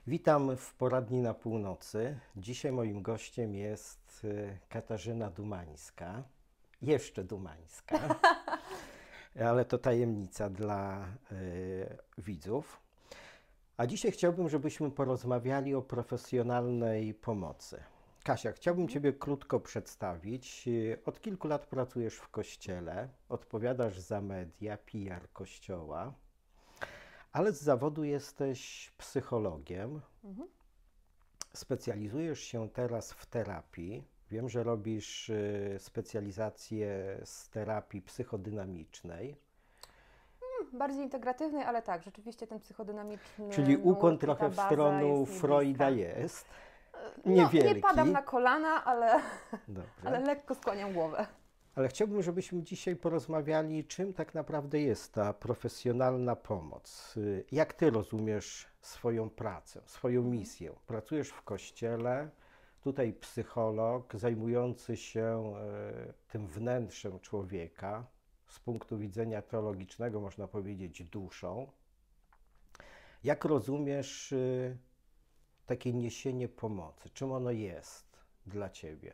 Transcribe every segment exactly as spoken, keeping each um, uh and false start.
Witam w poradni na północy. Dzisiaj moim gościem jest y, Katarzyna Dumańska. Jeszcze Dumańska, ale to tajemnica dla y, widzów. A dzisiaj chciałbym, żebyśmy porozmawiali o profesjonalnej pomocy. Kasia, chciałbym Ciebie krótko przedstawić. Y, Od kilku lat pracujesz w kościele, odpowiadasz za media, P R kościoła, ale z zawodu jesteś psychologiem. Mhm. Specjalizujesz się teraz w terapii. Wiem, że robisz y, specjalizację z terapii psychodynamicznej, Bardziej integratywnej, ale tak, rzeczywiście ten psychodynamiczny czyli nurt ukłon i trochę ta w baza stronę jest mi Freuda bliska. jest. No, Niewielki. nie padam na kolana, ale, Dobrze. ale lekko skłaniam głowę. Ale chciałbym, żebyśmy dzisiaj porozmawiali, czym tak naprawdę jest ta profesjonalna pomoc. Y, Jak ty rozumiesz swoją pracę, swoją misję? Pracujesz w kościele, tutaj psycholog zajmujący się e, tym wnętrzem człowieka, z punktu widzenia teologicznego można powiedzieć duszą. Jak rozumiesz y, takie niesienie pomocy? Czym ono jest dla ciebie?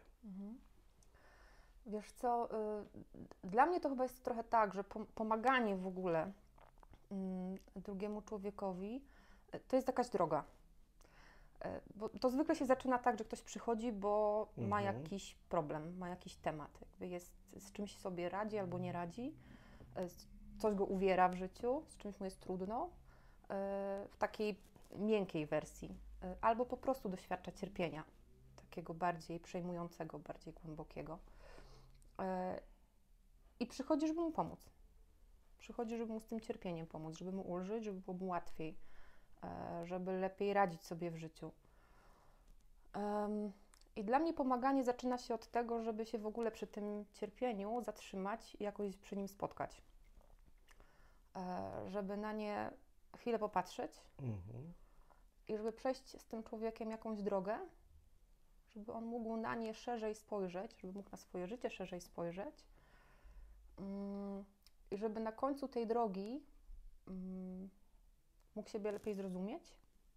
Wiesz co, y, dla mnie to chyba jest trochę tak, że pom- pomaganie w ogóle mm, drugiemu człowiekowi y, to jest jakaś droga. Y, Bo to zwykle się zaczyna tak, że ktoś przychodzi, bo ma Mhm. jakiś problem, ma jakiś temat, jakby jest z czymś sobie radzi albo nie radzi, y, z- coś go uwiera w życiu, z czymś mu jest trudno, y, w takiej miękkiej wersji, y, albo po prostu doświadcza cierpienia, takiego bardziej przejmującego, bardziej głębokiego. Y, I przychodzi, żeby mu pomóc. Przychodzi, żeby mu z tym cierpieniem pomóc, żeby mu ulżyć, żeby było mu łatwiej, y, żeby lepiej radzić sobie w życiu. Em, I dla mnie pomaganie zaczyna się od tego, żeby się w ogóle przy tym cierpieniu zatrzymać i jakoś przy nim spotkać. E, Żeby na nie chwilę popatrzeć Mhm. i żeby przejść z tym człowiekiem jakąś drogę, żeby on mógł na nie szerzej spojrzeć, żeby mógł na swoje życie szerzej spojrzeć. Mm, I żeby na końcu tej drogi mm, mógł siebie lepiej zrozumieć.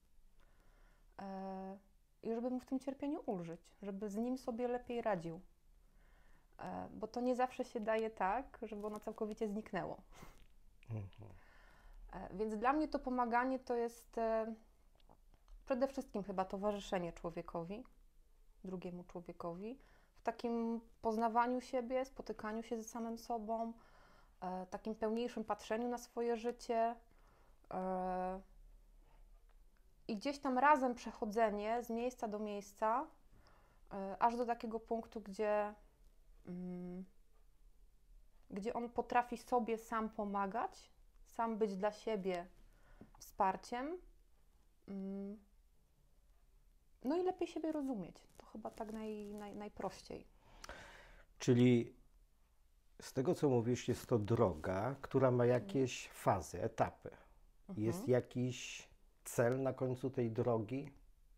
E, I żeby mu w tym cierpieniu ulżyć, żeby z nim sobie lepiej radził. E, Bo to nie zawsze się daje tak, żeby ono całkowicie zniknęło. Mhm. E, Więc dla mnie to pomaganie to jest e, przede wszystkim chyba towarzyszenie człowiekowi, drugiemu człowiekowi, w takim poznawaniu siebie, spotykaniu się ze samym sobą, e, takim pełniejszym patrzeniu na swoje życie e, i gdzieś tam razem przechodzenie z miejsca do miejsca, e, aż do takiego punktu, gdzie, mm, gdzie on potrafi sobie sam pomagać, sam być dla siebie wsparciem, mm, no i lepiej siebie rozumieć. To chyba tak naj, naj, najprościej. Czyli z tego, co mówisz, jest to droga, która ma jakieś fazy, etapy. Jest Mhm. jakiś cel na końcu tej drogi?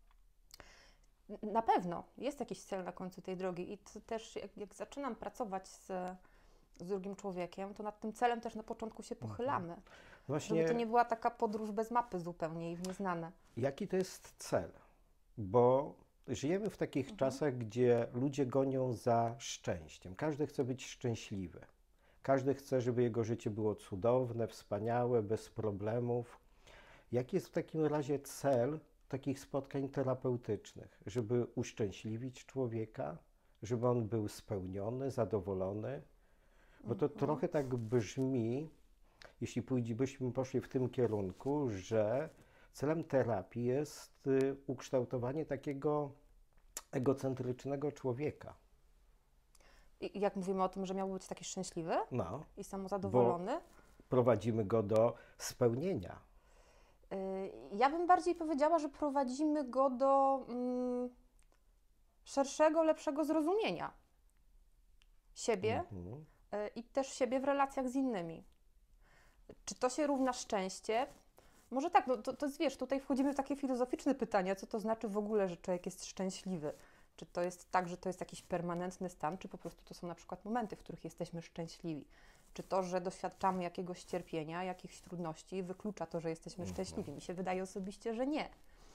Na pewno jest jakiś cel na końcu tej drogi i to też jak, jak zaczynam pracować z, z drugim człowiekiem, to nad tym celem też na początku się pochylamy, żeby Właśnie, to nie była taka podróż bez mapy zupełnie i w nieznane. jaki to jest cel? Bo żyjemy w takich czasach, gdzie ludzie gonią za szczęściem. Każdy chce być szczęśliwy. Każdy chce, żeby jego życie było cudowne, wspaniałe, bez problemów. Jaki jest w takim razie cel takich spotkań terapeutycznych? Żeby uszczęśliwić człowieka, żeby on był spełniony, zadowolony? Bo to trochę tak brzmi, jeśli pójdzie, byśmy poszli w tym kierunku, że celem terapii jest y, ukształtowanie takiego egocentrycznego człowieka. I jak mówimy o tym, że miałby być taki szczęśliwy No, i samozadowolony, prowadzimy go do spełnienia. yy, ja bym bardziej powiedziała, że prowadzimy go do mm, szerszego, lepszego zrozumienia siebie Mhm. yy, i też siebie w relacjach z innymi. Czy to się równa szczęście? Może tak, no to, to jest, wiesz, tutaj wchodzimy w takie filozoficzne pytania, co to znaczy w ogóle, że człowiek jest szczęśliwy? Czy to jest tak, że to jest jakiś permanentny stan, czy po prostu to są na przykład momenty, w których jesteśmy szczęśliwi? Czy to, że doświadczamy jakiegoś cierpienia, jakichś trudności, wyklucza to, że jesteśmy szczęśliwi? Mi się wydaje osobiście, że nie.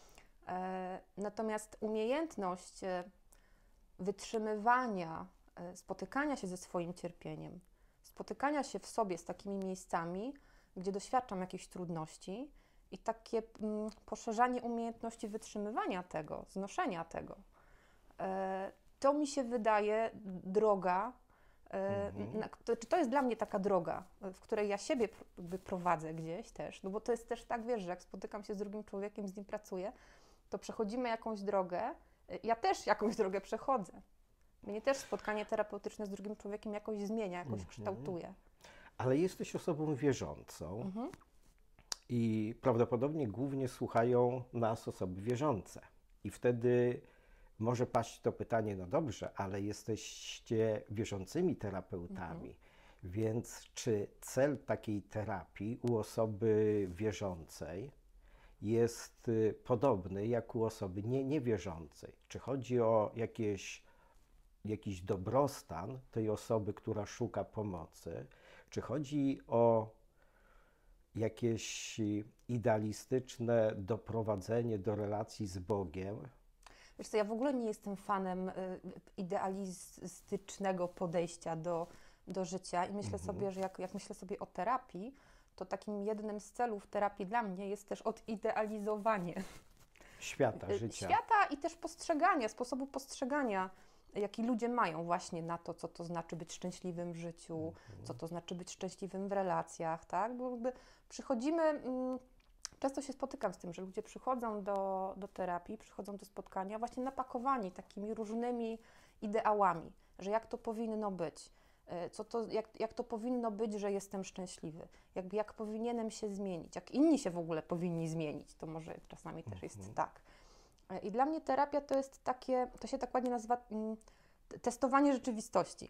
E, natomiast umiejętność e, wytrzymywania, e, spotykania się ze swoim cierpieniem, spotykania się w sobie z takimi miejscami, gdzie doświadczam jakichś trudności i takie mm, poszerzanie umiejętności wytrzymywania tego, znoszenia tego, e, to mi się wydaje droga, e, Mhm. na, to, czy to jest dla mnie taka droga, w której ja siebie pr- jakby prowadzę gdzieś też, no bo to jest też tak, wiesz, że jak spotykam się z drugim człowiekiem, z nim pracuję, to przechodzimy jakąś drogę, e, ja też jakąś drogę przechodzę. Mnie też spotkanie terapeutyczne z drugim człowiekiem jakoś zmienia, jakoś Mhm. kształtuje. Ale jesteś osobą wierzącą Mhm. i prawdopodobnie głównie słuchają nas osoby wierzące. I wtedy może paść to pytanie, no dobrze, ale jesteście wierzącymi terapeutami, więc czy cel takiej terapii u osoby wierzącej jest y, podobny jak u osoby nie, niewierzącej? Czy chodzi o jakieś, jakiś dobrostan tej osoby, która szuka pomocy? Czy chodzi o jakieś idealistyczne doprowadzenie do relacji z Bogiem? Wiesz co, ja w ogóle nie jestem fanem y, idealistycznego podejścia do, do życia i myślę Mhm. sobie, że jak, jak myślę sobie o terapii, to takim jednym z celów terapii dla mnie jest też odidealizowanie Świata, y, życia. świata i też postrzegania, sposobu postrzegania, jaki ludzie mają właśnie na to, co to znaczy być szczęśliwym w życiu, co to znaczy być szczęśliwym w relacjach, tak? Bo jakby przychodzimy, mm, często się spotykam z tym, że ludzie przychodzą do, do terapii, przychodzą do spotkania właśnie napakowani takimi różnymi ideałami, że jak to powinno być, y, co to, jak, jak to powinno być, że jestem szczęśliwy, jakby jak powinienem się zmienić, jak inni się w ogóle powinni zmienić, to może czasami też jest Mhm. tak. Y, I dla mnie terapia to jest takie, to się tak ładnie nazywa mm, t- testowanie rzeczywistości.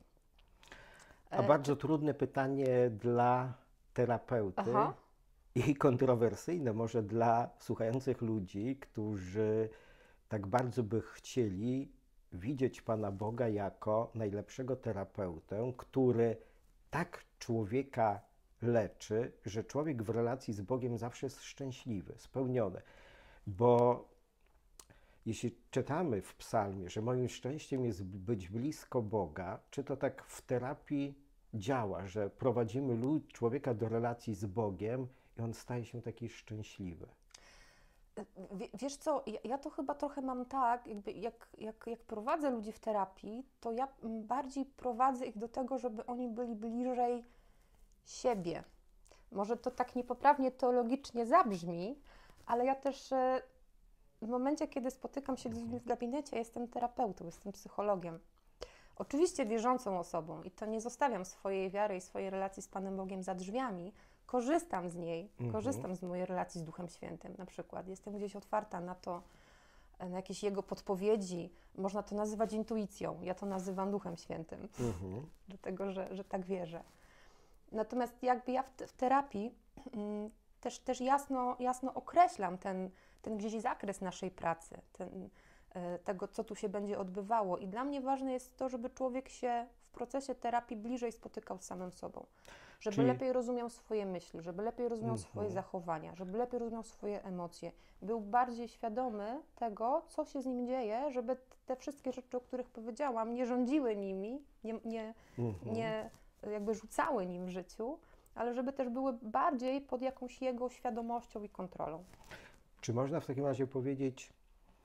A Y, bardzo trudne pytanie dla terapeuty Aha. i kontrowersyjne może dla słuchających ludzi, którzy tak bardzo by chcieli widzieć Pana Boga jako najlepszego terapeutę, który tak człowieka leczy, że człowiek w relacji z Bogiem zawsze jest szczęśliwy, spełniony. Bo jeśli czytamy w psalmie, że moim szczęściem jest być blisko Boga, czy to tak w terapii działa, że prowadzimy lud, człowieka do relacji z Bogiem i on staje się taki szczęśliwy? Wie- Wiesz co, ja, ja to chyba trochę mam tak, jakby jak, jak, jak prowadzę ludzi w terapii, to ja mm, bardziej prowadzę ich do tego, żeby oni byli bliżej siebie. Może to tak niepoprawnie teologicznie zabrzmi, ale ja też e, w momencie, kiedy spotykam się z ludźmi w gabinecie, jestem terapeutą, jestem psychologiem. Oczywiście wierzącą osobą i to nie zostawiam swojej wiary i swojej relacji z Panem Bogiem za drzwiami. Korzystam z niej, Mhm. korzystam z mojej relacji z Duchem Świętym na przykład. Jestem gdzieś otwarta na to, na jakieś Jego podpowiedzi. Można to nazywać intuicją, ja to nazywam Duchem Świętym, Mhm. dlatego że, że tak wierzę. Natomiast jakby ja w, te- w terapii mm, też, też jasno, jasno określam ten, ten gdzieś zakres naszej pracy, ten, e, tego, co tu się będzie odbywało. I dla mnie ważne jest to, żeby człowiek się w procesie terapii bliżej spotykał z samym sobą. Żeby Czyli- lepiej rozumiał swoje myśli, żeby lepiej rozumiał Mhm. swoje zachowania, żeby lepiej rozumiał swoje emocje. Był bardziej świadomy tego, co się z nim dzieje, żeby te wszystkie rzeczy, o których powiedziałam, nie rządziły nimi, nie, nie, Mhm. nie jakby rzucały nim w życiu, ale żeby też były bardziej pod jakąś jego świadomością i kontrolą. Czy można w takim razie powiedzieć,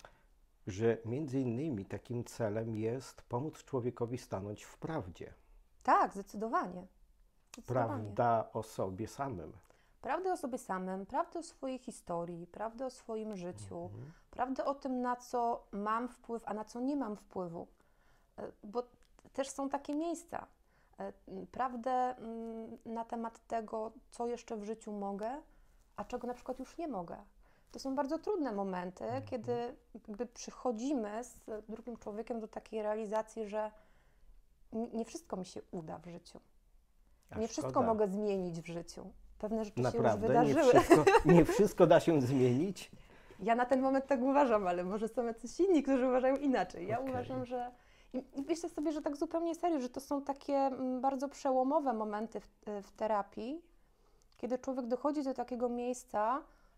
że między innymi takim celem jest pomóc człowiekowi stanąć w prawdzie? Tak, zdecydowanie. Zdecydowanie. Prawda o sobie samym. Prawdę o sobie samym, prawdę o swojej historii, prawdę o swoim życiu, Mhm. prawdę o tym, na co mam wpływ, a na co nie mam wpływu. E, Bo t- też są takie miejsca. E, m, Prawdę mm, na temat tego, co jeszcze w życiu mogę, a czego na przykład już nie mogę. To są bardzo trudne momenty, kiedy jakby przychodzimy z drugim człowiekiem do takiej realizacji, że n- nie wszystko mi się uda w życiu. A Nie wszystko szkoda. mogę zmienić w życiu. Pewne rzeczy się już Naprawdę, nie wydarzyły. wszystko, nie wszystko da się zmienić. Ja na ten moment tak uważam, ale może są jacyś inni, którzy uważają inaczej. Ja Okej. uważam, że... I i myślę sobie, że tak zupełnie serio, że to są takie mm, bardzo przełomowe momenty w, w terapii, kiedy człowiek dochodzi do takiego miejsca,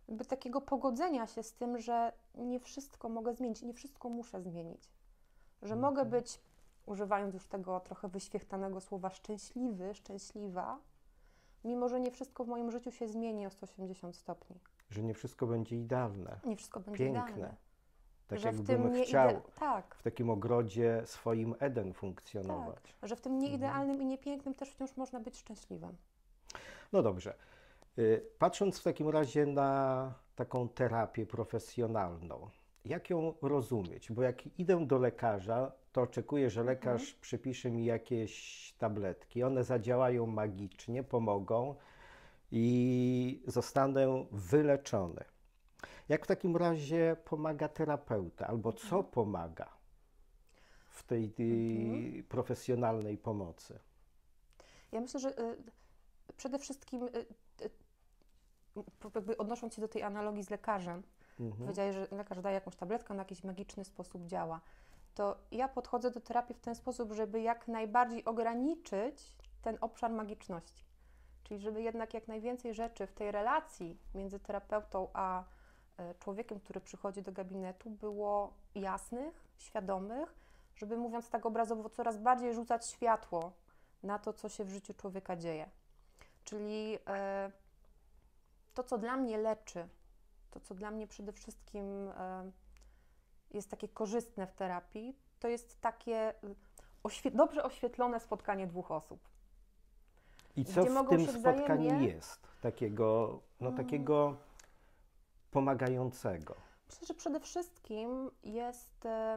jakby takiego pogodzenia się z tym, że nie wszystko mogę zmienić, nie wszystko muszę zmienić. Że Mhm. mogę być, używając już tego trochę wyświechtanego słowa, szczęśliwy, szczęśliwa, mimo że nie wszystko w moim życiu się zmieni o sto osiemdziesiąt stopni. Że nie wszystko będzie idealne, Nie wszystko będzie piękne. idealne. Tak Że w jakbym tym nie chciał ide- tak, w takim ogrodzie swoim Eden funkcjonować. tak, że w tym nieidealnym i niepięknym też wciąż można być szczęśliwym. No dobrze. Y, Patrząc w takim razie na taką terapię profesjonalną, jak ją rozumieć? Bo jak idę do lekarza, to oczekuję, że lekarz Mhm. przypisze mi jakieś tabletki. One zadziałają magicznie, pomogą i zostanę wyleczony. Jak w takim razie pomaga terapeuta, albo co Mhm. pomaga w tej Mhm. y, profesjonalnej pomocy? Ja myślę, że y, przede wszystkim y, y, jakby odnosząc się do tej analogii z lekarzem, Mhm. powiedziałeś, że lekarz daje jakąś tabletkę, na jakiś magiczny sposób działa. To ja podchodzę do terapii w ten sposób, żeby jak najbardziej ograniczyć ten obszar magiczności. Czyli żeby jednak jak najwięcej rzeczy w tej relacji między terapeutą a e, człowiekiem, który przychodzi do gabinetu, było jasnych, świadomych, żeby mówiąc tak obrazowo, coraz bardziej rzucać światło na to, co się w życiu człowieka dzieje. Czyli e, to, co dla mnie leczy, to, co dla mnie przede wszystkim e, jest takie korzystne w terapii, to jest takie y, oświe- dobrze oświetlone spotkanie dwóch osób. I co Gdzie w mogą tym się spotkaniu wzajemnie- jest takiego, no, Mm. takiego pomagającego? Myślę, że przede wszystkim jest e,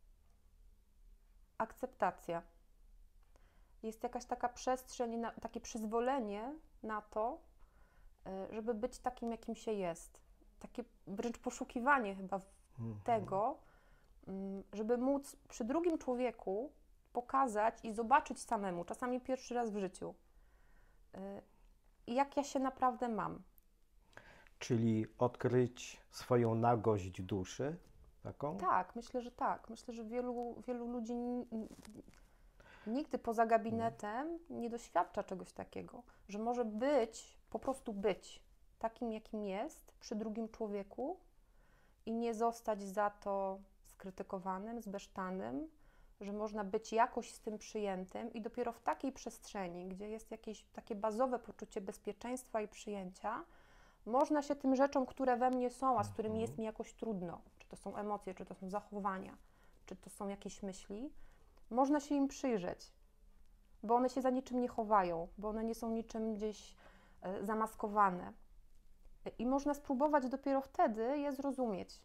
akceptacja. Jest jakaś taka przestrzeń, na, takie przyzwolenie na to, e, żeby być takim, jakim się jest. Takie wręcz poszukiwanie chyba w- Mhm. tego, mm, żeby móc przy drugim człowieku pokazać i zobaczyć samemu, czasami pierwszy raz w życiu, e, jak ja się naprawdę mam. Czyli odkryć swoją nagość duszy, taką? Tak, myślę, że tak. Myślę, że wielu, wielu ludzi n- n- nigdy poza gabinetem nie doświadcza czegoś takiego, że może być, po prostu być takim, jakim jest przy drugim człowieku i nie zostać za to skrytykowanym, zbesztanym, że można być jakoś z tym przyjętym i dopiero w takiej przestrzeni, gdzie jest jakieś takie bazowe poczucie bezpieczeństwa i przyjęcia, można się tym rzeczom, które we mnie są, a z którymi jest mi jakoś trudno, czy to są emocje, czy to są zachowania, czy to są jakieś myśli, można się im przyjrzeć, bo one się za niczym nie chowają, bo one nie są niczym gdzieś e, zamaskowane. I można spróbować dopiero wtedy je zrozumieć.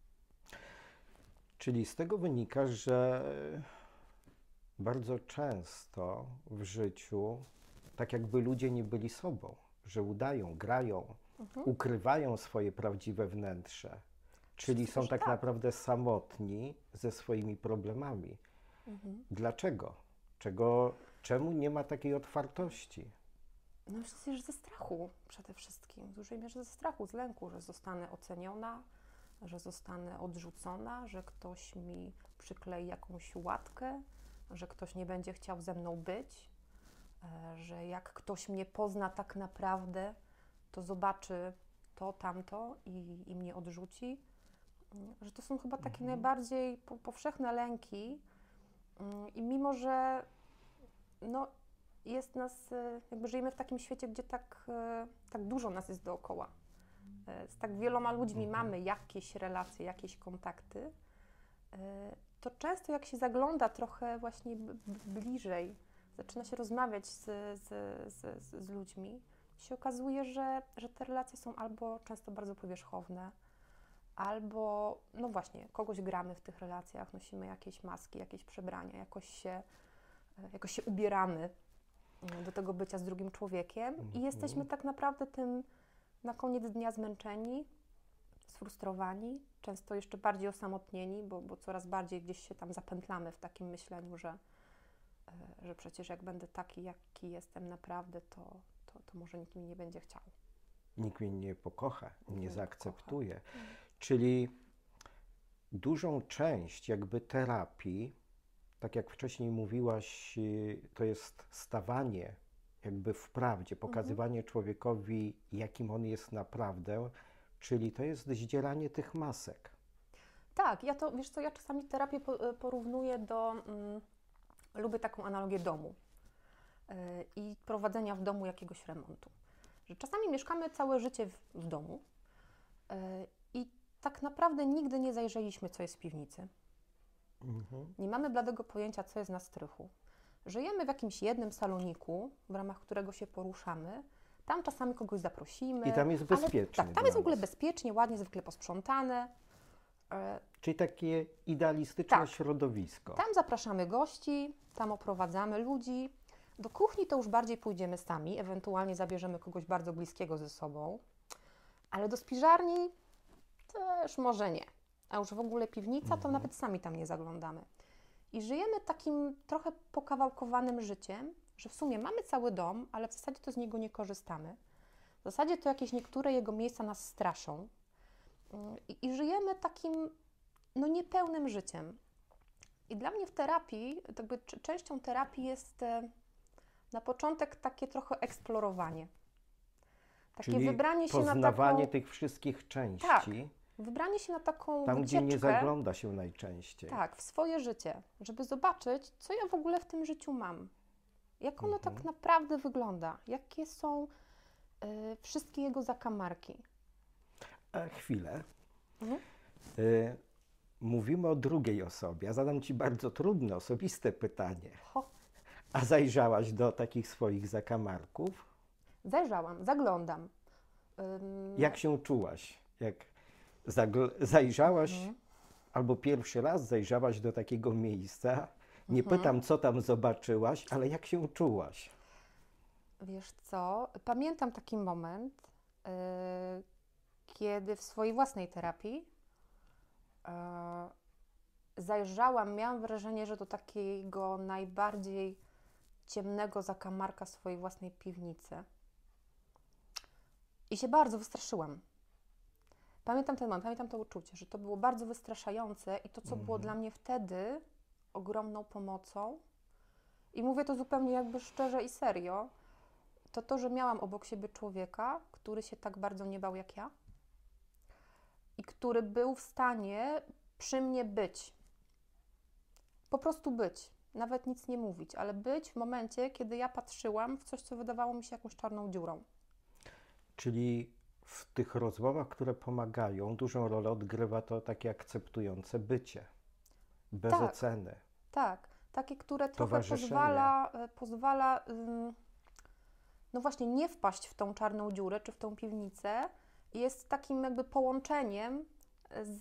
Czyli z tego wynika, że bardzo często w życiu tak jakby ludzie nie byli sobą, że udają, grają, Mhm. ukrywają swoje prawdziwe wnętrze, czyli Myślę, są że tak, tak. naprawdę samotni ze swoimi problemami. Mhm. Dlaczego? Czego, czemu nie ma takiej otwartości? No myślę, że ze strachu przede wszystkim, w dużej mierze ze strachu, z lęku, że zostanę oceniona, że zostanę odrzucona, że ktoś mi przyklei jakąś łatkę, że ktoś nie będzie chciał ze mną być, e, że jak ktoś mnie pozna tak naprawdę, to zobaczy to, tamto i, i mnie odrzuci. Mm, Że to są chyba takie Mhm. najbardziej po, powszechne lęki. Mm, I mimo, że no, jest nas, e, jakby żyjemy w takim świecie, gdzie tak, e, tak dużo nas jest dookoła. E, Z tak wieloma ludźmi Mhm. mamy jakieś relacje, jakieś kontakty, e, to często jak się zagląda trochę właśnie b- b- bliżej, zaczyna się rozmawiać z, z, z, z, z ludźmi, się okazuje, że, że te relacje są albo często bardzo powierzchowne, albo, no właśnie, kogoś gramy w tych relacjach, nosimy jakieś maski, jakieś przebrania, jakoś się, e, jakoś się ubieramy mm, do tego bycia z drugim człowiekiem i jesteśmy tak naprawdę tym na koniec dnia zmęczeni, sfrustrowani, często jeszcze bardziej osamotnieni, bo, bo coraz bardziej gdzieś się tam zapętlamy w takim myśleniu, że, e, że przecież jak będę taki, jaki jestem naprawdę, to, to, to może nikt mi nie będzie chciał. Nikt mnie nie pokocha, nie nie zaakceptuje. Czyli dużą część jakby terapii, tak jak wcześniej mówiłaś, y, to jest stawanie jakby w prawdzie, pokazywanie człowiekowi, jakim on jest naprawdę, Czyli to jest zdzieranie tych masek. Tak, ja to, wiesz co, ja czasami terapię po- porównuję do, mm, lubię taką analogię domu yy, i prowadzenia w domu jakiegoś remontu. Że czasami mieszkamy całe życie w, w domu yy, i tak naprawdę nigdy nie zajrzeliśmy, co jest w piwnicy. Mhm. Nie mamy bladego pojęcia, co jest na strychu. Żyjemy w jakimś jednym saloniku, w ramach którego się poruszamy. Tam czasami kogoś zaprosimy. I tam jest ale- bezpiecznie Tak, tam dla jest w ogóle nas. bezpiecznie, ładnie, zwykle posprzątane. E, Czyli takie idealistyczne Tak. środowisko. Tam zapraszamy gości, tam oprowadzamy ludzi. Do kuchni to już bardziej pójdziemy sami, ewentualnie zabierzemy kogoś bardzo bliskiego ze sobą. Ale do spiżarni też może nie. A już w ogóle piwnica, to Mhm. nawet sami tam nie zaglądamy. I żyjemy takim trochę pokawałkowanym życiem, że w sumie mamy cały dom, ale w zasadzie to z niego nie korzystamy. W zasadzie to jakieś niektóre jego miejsca nas straszą. Ym, I, i żyjemy takim no, niepełnym życiem. I dla mnie w terapii, jakby c- częścią terapii jest e, na początek takie trochę eksplorowanie. Takie Czyli wybranie się na poznawanie taką, tych wszystkich części, Tak. wybranie się na taką tam gdzie nie wycieczkę. zagląda się najczęściej. Tak, w swoje życie, żeby zobaczyć, co ja w ogóle w tym życiu mam. Jak ono Mhm. tak naprawdę wygląda, jakie są y, wszystkie jego zakamarki. A chwilę. Mhm. Y, mówimy o drugiej osobie. Ja zadam Ci bardzo trudne, osobiste pytanie. Ho, A zajrzałaś do takich swoich zakamarków? zajrzałam, zaglądam. Ym, Jak się czułaś? Jak zagl- zajrzałaś, mhm. albo pierwszy raz zajrzałaś do takiego miejsca? Nie Mhm. pytam, co tam zobaczyłaś, ale jak się czułaś? Wiesz co, pamiętam taki moment, y, kiedy w swojej własnej terapii y, zajrzałam, miałam wrażenie, że do takiego najbardziej ciemnego zakamarka swojej własnej piwnicy. I się bardzo wystraszyłam. Pamiętam ten moment, pamiętam to uczucie, że to było bardzo wystraszające i to, co było Mhm. dla mnie wtedy ogromną pomocą, i mówię to zupełnie jakby szczerze i serio, to to, że miałam obok siebie człowieka, który się tak bardzo nie bał jak ja i który był w stanie przy mnie być. Po prostu być. Nawet nic nie mówić, ale być w momencie, kiedy ja patrzyłam w coś, co wydawało mi się jakąś czarną dziurą. Czyli w tych rozmowach, które pomagają, dużą rolę odgrywa to takie akceptujące bycie, bez Tak. oceny. Tak, takie, które trochę Towarzyszenie. pozwala, e, pozwala ym, no właśnie nie wpaść w tą czarną dziurę czy w tą piwnicę, jest takim jakby połączeniem z,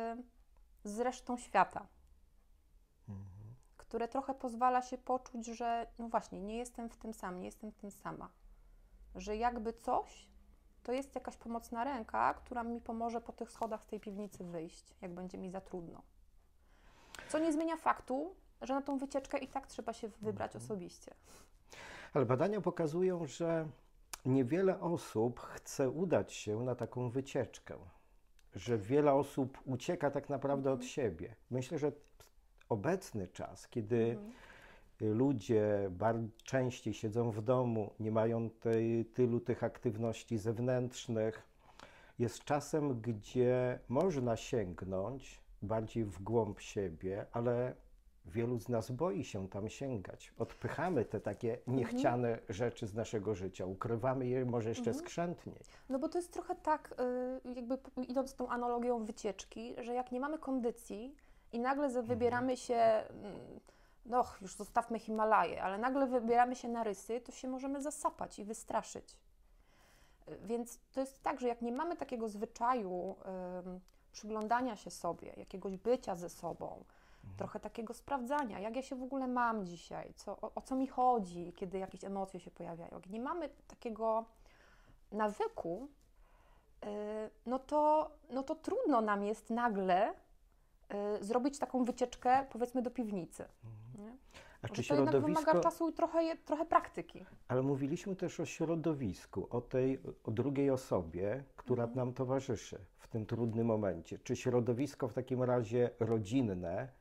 z resztą świata, Mhm. które trochę pozwala się poczuć, że no właśnie, nie jestem w tym sam, nie jestem w tym sama. Że jakby coś, to jest jakaś pomocna ręka, która mi pomoże po tych schodach z tej piwnicy wyjść, jak będzie mi za trudno. Co nie zmienia faktu, że na tą wycieczkę i tak trzeba się wybrać Mhm. osobiście. Ale badania pokazują, że niewiele osób chce udać się na taką wycieczkę, że wiele osób ucieka tak naprawdę od Mhm. siebie. Myślę, że obecny czas, kiedy Mhm. ludzie bar- częściej siedzą w domu, nie mają tej, tylu tych aktywności zewnętrznych, jest czasem, gdzie można sięgnąć bardziej w głąb siebie, ale wielu z nas boi się tam sięgać. Odpychamy te takie niechciane rzeczy z naszego życia, ukrywamy je może jeszcze Mhm. skrzętniej. No bo to jest trochę tak, y, jakby p- idąc tą analogią wycieczki, że jak nie mamy kondycji i nagle za- wybieramy się, mm, no już zostawmy Himalaje, ale nagle wybieramy się na rysy, to się możemy zasapać i wystraszyć. Y, Więc to jest tak, że jak nie mamy takiego zwyczaju ym, przyglądania się sobie, jakiegoś bycia ze sobą, trochę takiego sprawdzania, jak ja się w ogóle mam dzisiaj, co, o, o co mi chodzi, kiedy jakieś emocje się pojawiają. Jak nie mamy takiego nawyku, y, no to, no to trudno nam jest nagle y, zrobić taką wycieczkę, powiedzmy, do piwnicy. Nie? A Że czy to jednak wymaga środowisko, czasu i trochę, je- trochę praktyki. ale mówiliśmy też o środowisku, o tej, o drugiej osobie, która Mhm. nam towarzyszy w tym trudnym momencie. Czy środowisko w takim razie rodzinne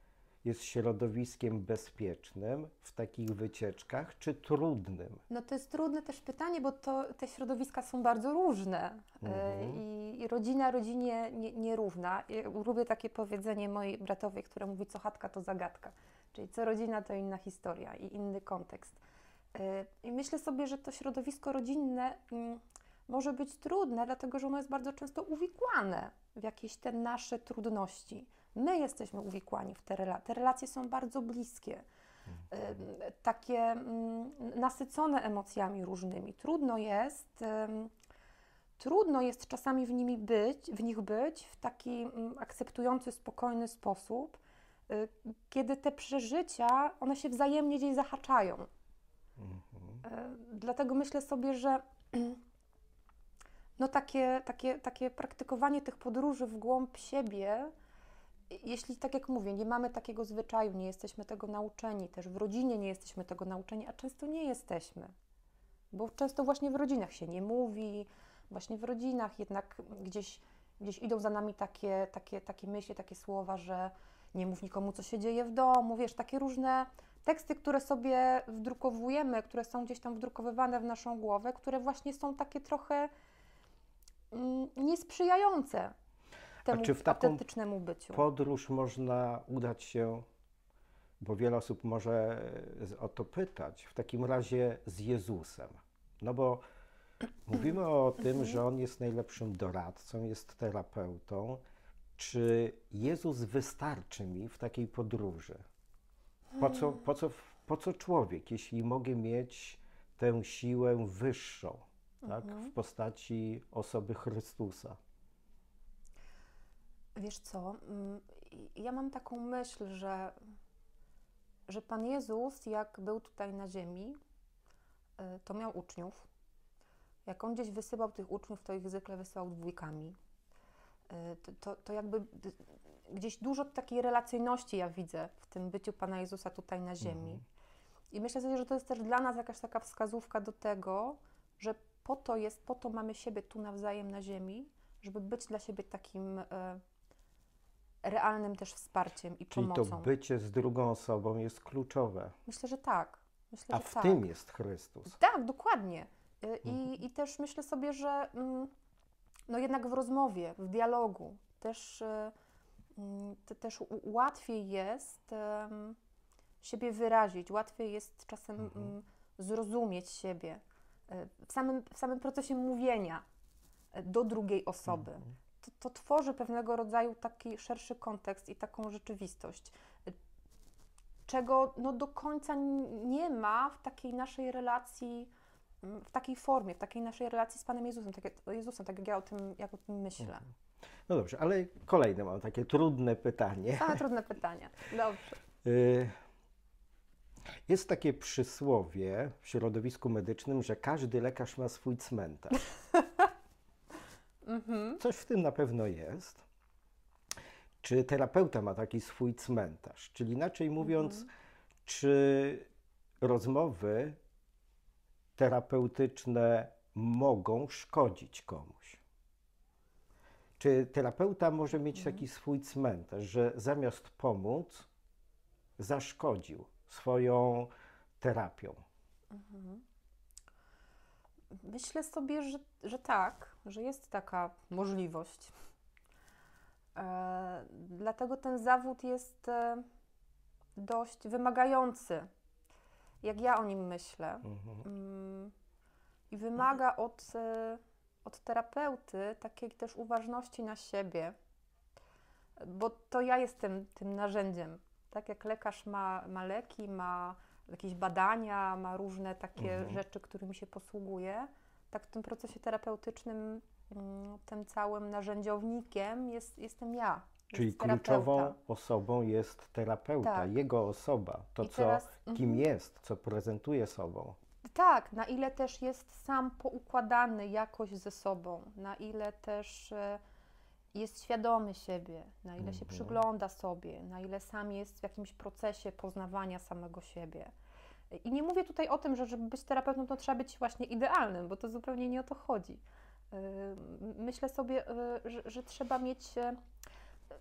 jest środowiskiem bezpiecznym w takich wycieczkach, czy trudnym? No to jest trudne też pytanie, bo to, te środowiska są bardzo różne Mhm. i, i rodzina rodzinie nie, nierówna. Ja lubię takie powiedzenie mojej bratowej, która mówi, co chatka to zagadka, czyli co rodzina to inna historia i inny kontekst. I myślę sobie, że to środowisko rodzinne mm, może być trudne, dlatego że ono jest bardzo często uwikłane w jakieś te nasze trudności. My jesteśmy uwikłani w te relacje. Te relacje są bardzo bliskie, y, takie mm, nasycone emocjami różnymi. Trudno jest, ym, trudno jest czasami w nimi być, w nich być w taki mm, akceptujący, spokojny sposób, y, kiedy te przeżycia, one się wzajemnie gdzieś zahaczają. Mhm. Y, dlatego myślę sobie, że no takie, takie, takie praktykowanie tych podróży w głąb siebie, jeśli, tak jak mówię, nie mamy takiego zwyczaju, nie jesteśmy tego nauczeni, też w rodzinie nie jesteśmy tego nauczeni, a często nie jesteśmy, bo często właśnie w rodzinach się nie mówi, właśnie w rodzinach jednak gdzieś, gdzieś idą za nami takie, takie, takie myśli, takie słowa, że nie mów nikomu, co się dzieje w domu, wiesz, takie różne teksty, które sobie wdrukowujemy, które są gdzieś tam wdrukowywane w naszą głowę, które właśnie są takie trochę mm, niesprzyjające temu czy w taką autentycznemu byciu. Podróż można udać się, bo wiele osób może z- o to pytać, w takim razie z Jezusem. No bo mówimy o tym, że On jest najlepszym doradcą, jest terapeutą. Czy Jezus wystarczy mi w takiej podróży? Po co, po co, po co człowiek, jeśli mogę mieć tę siłę wyższą, tak, w postaci osoby Chrystusa? Wiesz co, mm, ja mam taką myśl, że, że Pan Jezus, jak był tutaj na ziemi, y, to miał uczniów. Jak On gdzieś wysyłał tych uczniów, to ich zwykle wysyłał dwójkami. Y, To, to, to jakby d- gdzieś dużo takiej relacyjności ja widzę w tym byciu Pana Jezusa tutaj na ziemi. Mhm. I myślę sobie, że to jest też dla nas jakaś taka wskazówka do tego, że po to jest, po to mamy siebie tu nawzajem na ziemi, żeby być dla siebie takim y, realnym też wsparciem i Czyli to pomocą. bycie z drugą osobą jest kluczowe, Myślę, że tak. Myślę, a że w tak. tym jest Chrystus. Tak, dokładnie. Y, I, Mhm. I też myślę sobie, że mm, no jednak w rozmowie, w dialogu też, y, mm, te, też u- łatwiej jest em, siebie wyrazić, łatwiej jest czasem Mhm. mm, zrozumieć siebie y, w samym, w samym procesie mówienia y, do drugiej osoby. Mhm. To, to tworzy pewnego rodzaju taki szerszy kontekst i taką rzeczywistość, y, czego no do końca n- nie ma w takiej naszej relacji, mm, w takiej formie, w takiej naszej relacji z Panem Jezusem, tak jak, Jezusem, tak jak ja o tym, jak o tym myślę. Mhm. No dobrze, ale kolejne mam takie trudne pytanie. Same trudne pytania. Dobrze. Y, Jest takie przysłowie w środowisku medycznym, że każdy lekarz ma swój cmentarz. Mhm. Coś w tym na pewno jest. Czy terapeuta ma taki swój cmentarz? Czyli inaczej mówiąc, Mhm. czy rozmowy terapeutyczne mogą szkodzić komuś? Czy terapeuta może mieć Mhm. taki swój cmentarz, że zamiast pomóc, zaszkodził swoją terapią? Mhm. Myślę sobie, że, że tak, że jest taka możliwość. E, dlatego ten zawód jest e, dość wymagający, jak ja o nim myślę. Mhm. Mm, I wymaga od, e, od terapeuty takiej też uważności na siebie, bo to ja jestem tym narzędziem. Tak jak lekarz ma, ma leki, ma jakieś badania, ma różne takie Mhm. rzeczy, którymi się posługuje, tak w tym procesie terapeutycznym mm, tym całym narzędziownikiem jest, jestem ja. Czyli jest terapeuta. kluczową osobą jest terapeuta, Tak. jego osoba, to I co, teraz- kim mhm. jest, co prezentuje sobą. Tak, na ile też jest sam poukładany jakoś ze sobą, na ile też e, jest świadomy siebie, na ile się Mhm. przygląda sobie, na ile sam jest w jakimś procesie poznawania samego siebie. I nie mówię tutaj o tym, że żeby być terapeutą, to trzeba być właśnie idealnym, bo to zupełnie nie o to chodzi. Yy, Myślę sobie, yy, że, że trzeba mieć yy,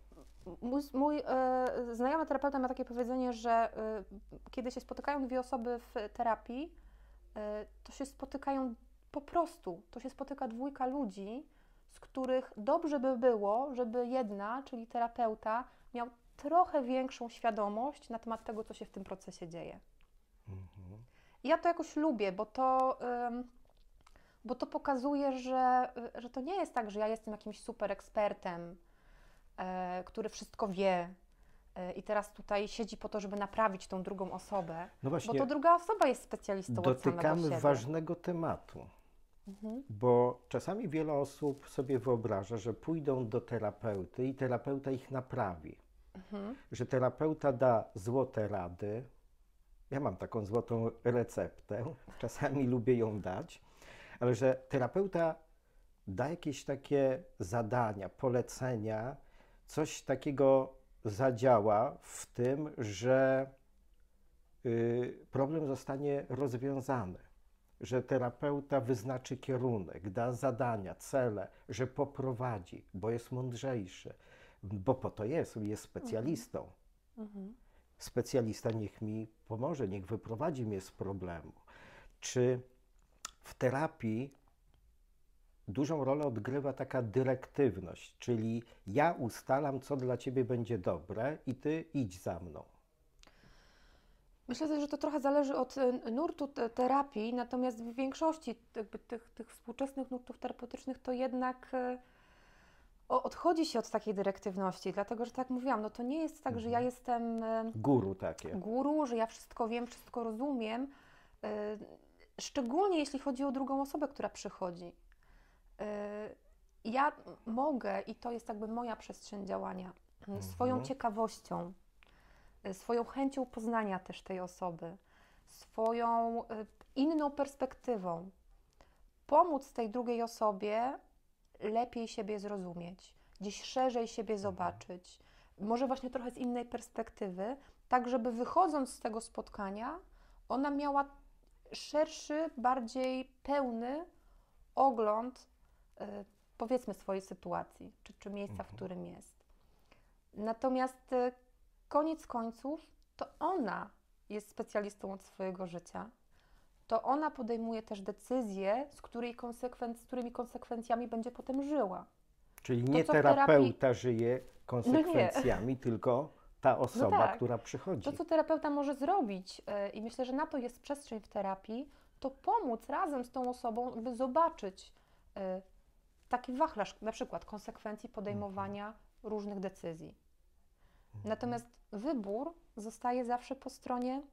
Mój, mój y, znajomy terapeuta ma takie powiedzenie, że y, kiedy się spotykają dwie osoby w terapii, y, to się spotykają po prostu, to się spotyka dwójka ludzi, z których dobrze by było, żeby jedna, czyli terapeuta, miał trochę większą świadomość na temat tego, co się w tym procesie dzieje. Mhm. I ja to jakoś lubię, bo to, ym, bo to pokazuje, że, y, że to nie jest tak, że ja jestem jakimś super ekspertem, y, który wszystko wie y, i teraz tutaj siedzi po to, żeby naprawić tą drugą osobę, No bo właśnie, to druga osoba jest specjalistą od samego dotykamy siebie. ważnego tematu, Mhm. bo czasami wiele osób sobie wyobraża, że pójdą do terapeuty i terapeuta ich naprawi, Mhm. że terapeuta da złote rady. Ja mam taką złotą receptę, czasami lubię ją dać, ale że terapeuta da jakieś takie zadania, polecenia, coś takiego zadziała w tym, że y, problem zostanie rozwiązany, że terapeuta wyznaczy kierunek, da zadania, cele, że poprowadzi, bo jest mądrzejszy, bo po to jest, jest specjalistą. Mhm. Specjalista niech mi pomoże, niech wyprowadzi mnie z problemu. Czy w terapii dużą rolę odgrywa taka dyrektywność, czyli ja ustalam, co dla ciebie będzie dobre i ty idź za mną. Myślę też, że to trochę zależy od y, nurtu te- terapii, natomiast w większości jakby tych, tych współczesnych nurtów terapeutycznych to jednak y, o- odchodzi się od takiej dyrektywności, dlatego że tak jak mówiłam, no to nie jest tak, że ja jestem y, Guru takie. guru, że ja wszystko wiem, wszystko rozumiem, y, szczególnie jeśli chodzi o drugą osobę, która przychodzi. Y, Ja mogę, i to jest jakby moja przestrzeń działania, y, swoją Mhm. ciekawością, y, swoją chęcią poznania też tej osoby, swoją y, inną perspektywą, pomóc tej drugiej osobie lepiej siebie zrozumieć, gdzieś szerzej siebie zobaczyć, może właśnie trochę z innej perspektywy, tak żeby wychodząc z tego spotkania, ona miała szerszy, bardziej pełny ogląd, y, powiedzmy, swojej sytuacji, czy, czy miejsca, w którym jest. Natomiast y, koniec końców to ona jest specjalistą od swojego życia. To ona podejmuje też decyzje, z, której konsekwen- z którymi konsekwencjami będzie potem żyła. Czyli To, nie co w terapeuta terapii- żyje konsekwencjami, tylko ta osoba, tak. która przychodzi. To, co terapeuta może zrobić, y, i myślę, że na to jest przestrzeń w terapii, to pomóc razem z tą osobą, by zobaczyć y, taki wachlarz, na przykład konsekwencji podejmowania różnych decyzji. Natomiast wybór zostaje zawsze po stronie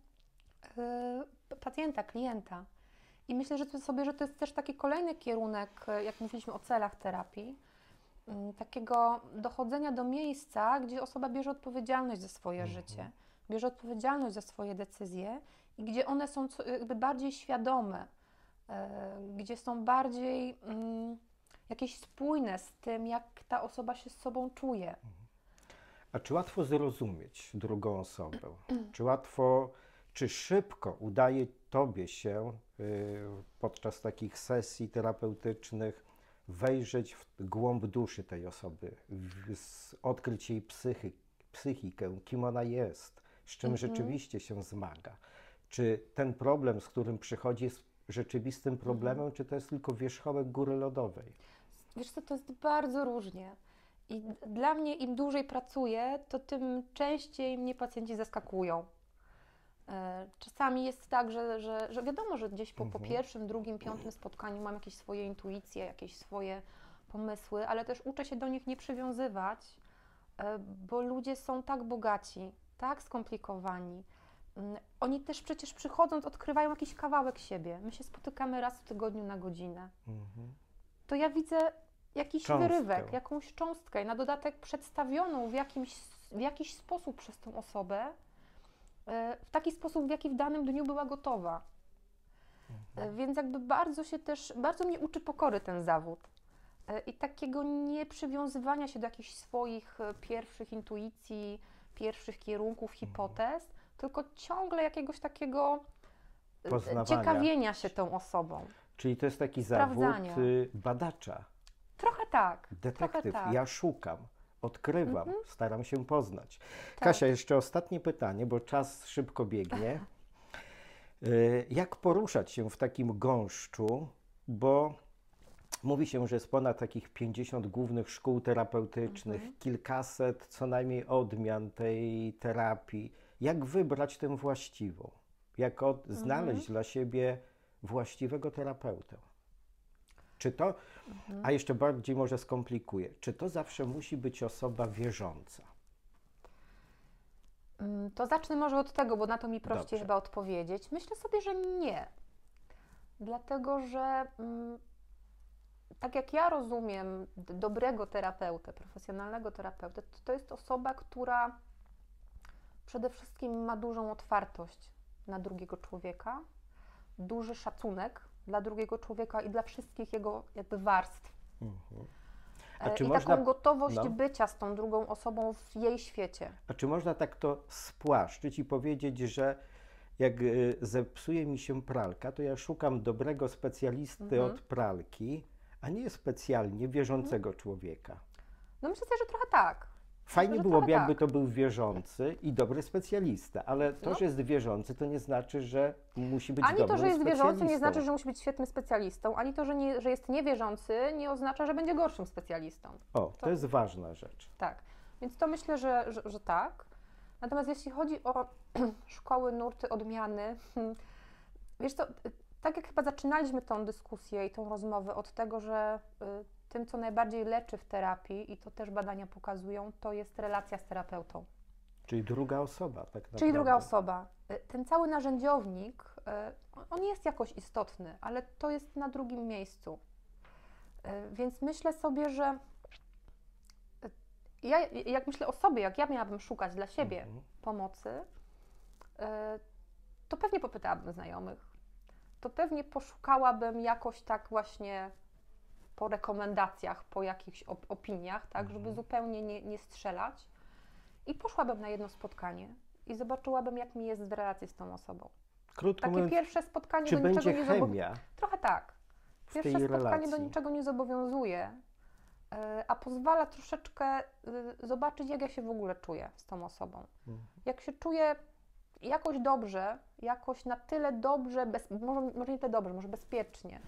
y, pacjenta, klienta. I myślę, że to sobie, że to jest też taki kolejny kierunek, y, jak mówiliśmy o celach terapii, y, takiego dochodzenia do miejsca, gdzie osoba bierze odpowiedzialność za swoje życie, bierze odpowiedzialność za swoje decyzje i gdzie one są co- jakby bardziej świadome, y, gdzie są bardziej mm, jakieś spójne z tym, jak ta osoba się z sobą czuje. A czy łatwo zrozumieć drugą osobę? Czy łatwo, czy szybko udaje tobie się y, podczas takich sesji terapeutycznych wejrzeć w głąb duszy tej osoby, w, z, odkryć jej psychy, psychikę, kim ona jest, z czym Mhm. rzeczywiście się zmaga? Czy ten problem, z którym przychodzi, jest rzeczywistym problemem, czy to jest tylko wierzchołek góry lodowej? Wiesz co, to jest bardzo różnie. I d- dla mnie im dłużej pracuję, to tym częściej mnie pacjenci zaskakują. E, Czasami jest tak, że, że, że wiadomo, że gdzieś po, po Mhm. pierwszym, drugim, piątym spotkaniu mam jakieś swoje intuicje, jakieś swoje pomysły, ale też uczę się do nich nie przywiązywać, e, bo ludzie są tak bogaci, tak skomplikowani. Mm, Oni też przecież przychodząc odkrywają jakiś kawałek siebie. My się spotykamy raz w tygodniu na godzinę. Mhm. To ja widzę jakiś Cząstkę. wyrywek, jakąś cząstkę, i na dodatek przedstawioną w, jakimś, w jakiś sposób przez tą osobę, e, w taki sposób, w jaki w danym dniu była gotowa. E, Więc jakby bardzo się też, bardzo mnie uczy pokory ten zawód E, i takiego nieprzywiązywania się do jakichś swoich e, pierwszych intuicji, pierwszych kierunków, hipotez, tylko ciągle jakiegoś takiego e, Poznawania. ciekawienia się tą osobą. Czyli to jest taki Sprawdzania. zawód y, badacza, Trochę tak, detektyw. trochę tak. Ja szukam, odkrywam, Mhm. staram się poznać. Tak. Kasia, jeszcze ostatnie pytanie, bo czas szybko biegnie. Y, Jak poruszać się w takim gąszczu, bo mówi się, że jest ponad takich pięćdziesiąt głównych szkół terapeutycznych, Mhm. kilkaset co najmniej odmian tej terapii. Jak wybrać tę właściwą? Jak od, znaleźć dla siebie właściwego terapeutę? Czy to, Mhm. a jeszcze bardziej może skomplikuję, czy to zawsze musi być osoba wierząca? Mm, To zacznę może od tego, bo na to mi prościej Dobrze. chyba odpowiedzieć. Myślę sobie, że nie. Dlatego, że mm, tak jak ja rozumiem d- dobrego terapeutę, profesjonalnego terapeutę, to, to jest osoba, która przede wszystkim ma dużą otwartość na drugiego człowieka, duży szacunek dla drugiego człowieka i dla wszystkich jego jakby warstw. Mhm. A E, czy I można- taką gotowość no. bycia z tą drugą osobą w jej świecie. A czy można tak to spłaszczyć i powiedzieć, że jak y, zepsuje mi się pralka, to ja szukam dobrego specjalisty Mhm. od pralki, a nie specjalnie wierzącego człowieka? No myślę sobie, że trochę tak. Fajnie że byłoby, trochę jakby tak. to był wierzący i dobry specjalista, ale to, No. że jest wierzący, to nie znaczy, że musi być Ani dobrym to, że jest wierzący, nie specjalistą. znaczy, że musi być świetnym specjalistą, ani to, że, nie, że jest niewierzący, nie oznacza, że będzie gorszym specjalistą. O, to to- jest ważna rzecz. Tak. Więc to myślę, że, że, że tak. Natomiast jeśli chodzi o szkoły, nurty, odmiany, hmm, wiesz co, tak jak chyba zaczynaliśmy tą dyskusję i tą rozmowę od tego, że y, tym, co najbardziej leczy w terapii, i to też badania pokazują, to jest relacja z terapeutą. Czyli druga osoba, tak naprawdę. Czyli druga osoba. Y, Ten cały narzędziownik, y, on- on jest jakoś istotny, ale to jest na drugim miejscu. Y, Więc myślę sobie, że y, ja, jak myślę o sobie, jak ja miałabym szukać dla siebie Mhm. pomocy, y, to pewnie popytałabym znajomych. To pewnie poszukałabym jakoś tak właśnie po rekomendacjach, po jakichś op- opiniach, tak, żeby Mhm. zupełnie nie, nie strzelać. I poszłabym na jedno spotkanie i zobaczyłabym, jak mi jest w relacji z tą osobą. Krótko Takie mówiąc, pierwsze spotkanie czy do niczego będzie nie zobowiązuje. chemia Trochę tak. w Pierwsze tej spotkanie relacji? do niczego nie zobowiązuje, y, a pozwala troszeczkę y, zobaczyć, jak ja się w ogóle czuję z tą osobą. Mhm. Jak się czuję jakoś dobrze, jakoś na tyle dobrze, bez, może, może nie tyle dobrze, może bezpiecznie,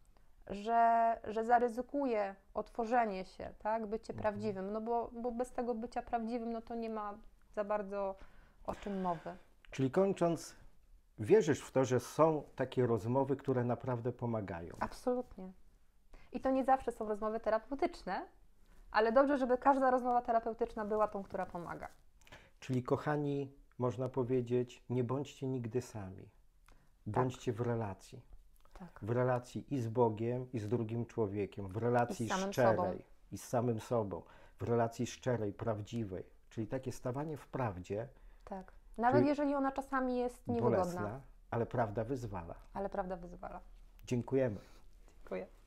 że, że zaryzykuję otworzenie się, tak, bycie Mhm. prawdziwym, no bo, bo bez tego bycia prawdziwym, no to nie ma za bardzo o czym mowy. Czyli kończąc, wierzysz w to, że są takie rozmowy, które naprawdę pomagają? Absolutnie. I to nie zawsze są rozmowy terapeutyczne, ale dobrze, żeby każda rozmowa terapeutyczna była tą, która pomaga. Czyli kochani, można powiedzieć, nie bądźcie nigdy sami. Bądźcie w relacji. Tak. W relacji i z Bogiem, i z drugim człowiekiem. W relacji I z samym szczerej. sobą. I z samym sobą. W relacji szczerej, prawdziwej. Czyli takie stawanie w prawdzie, Tak. Nawet Czyli jeżeli ona czasami jest niewygodna, bolesna, ale prawda wyzwala. ale prawda wyzwala. Dziękujemy. Dziękuję.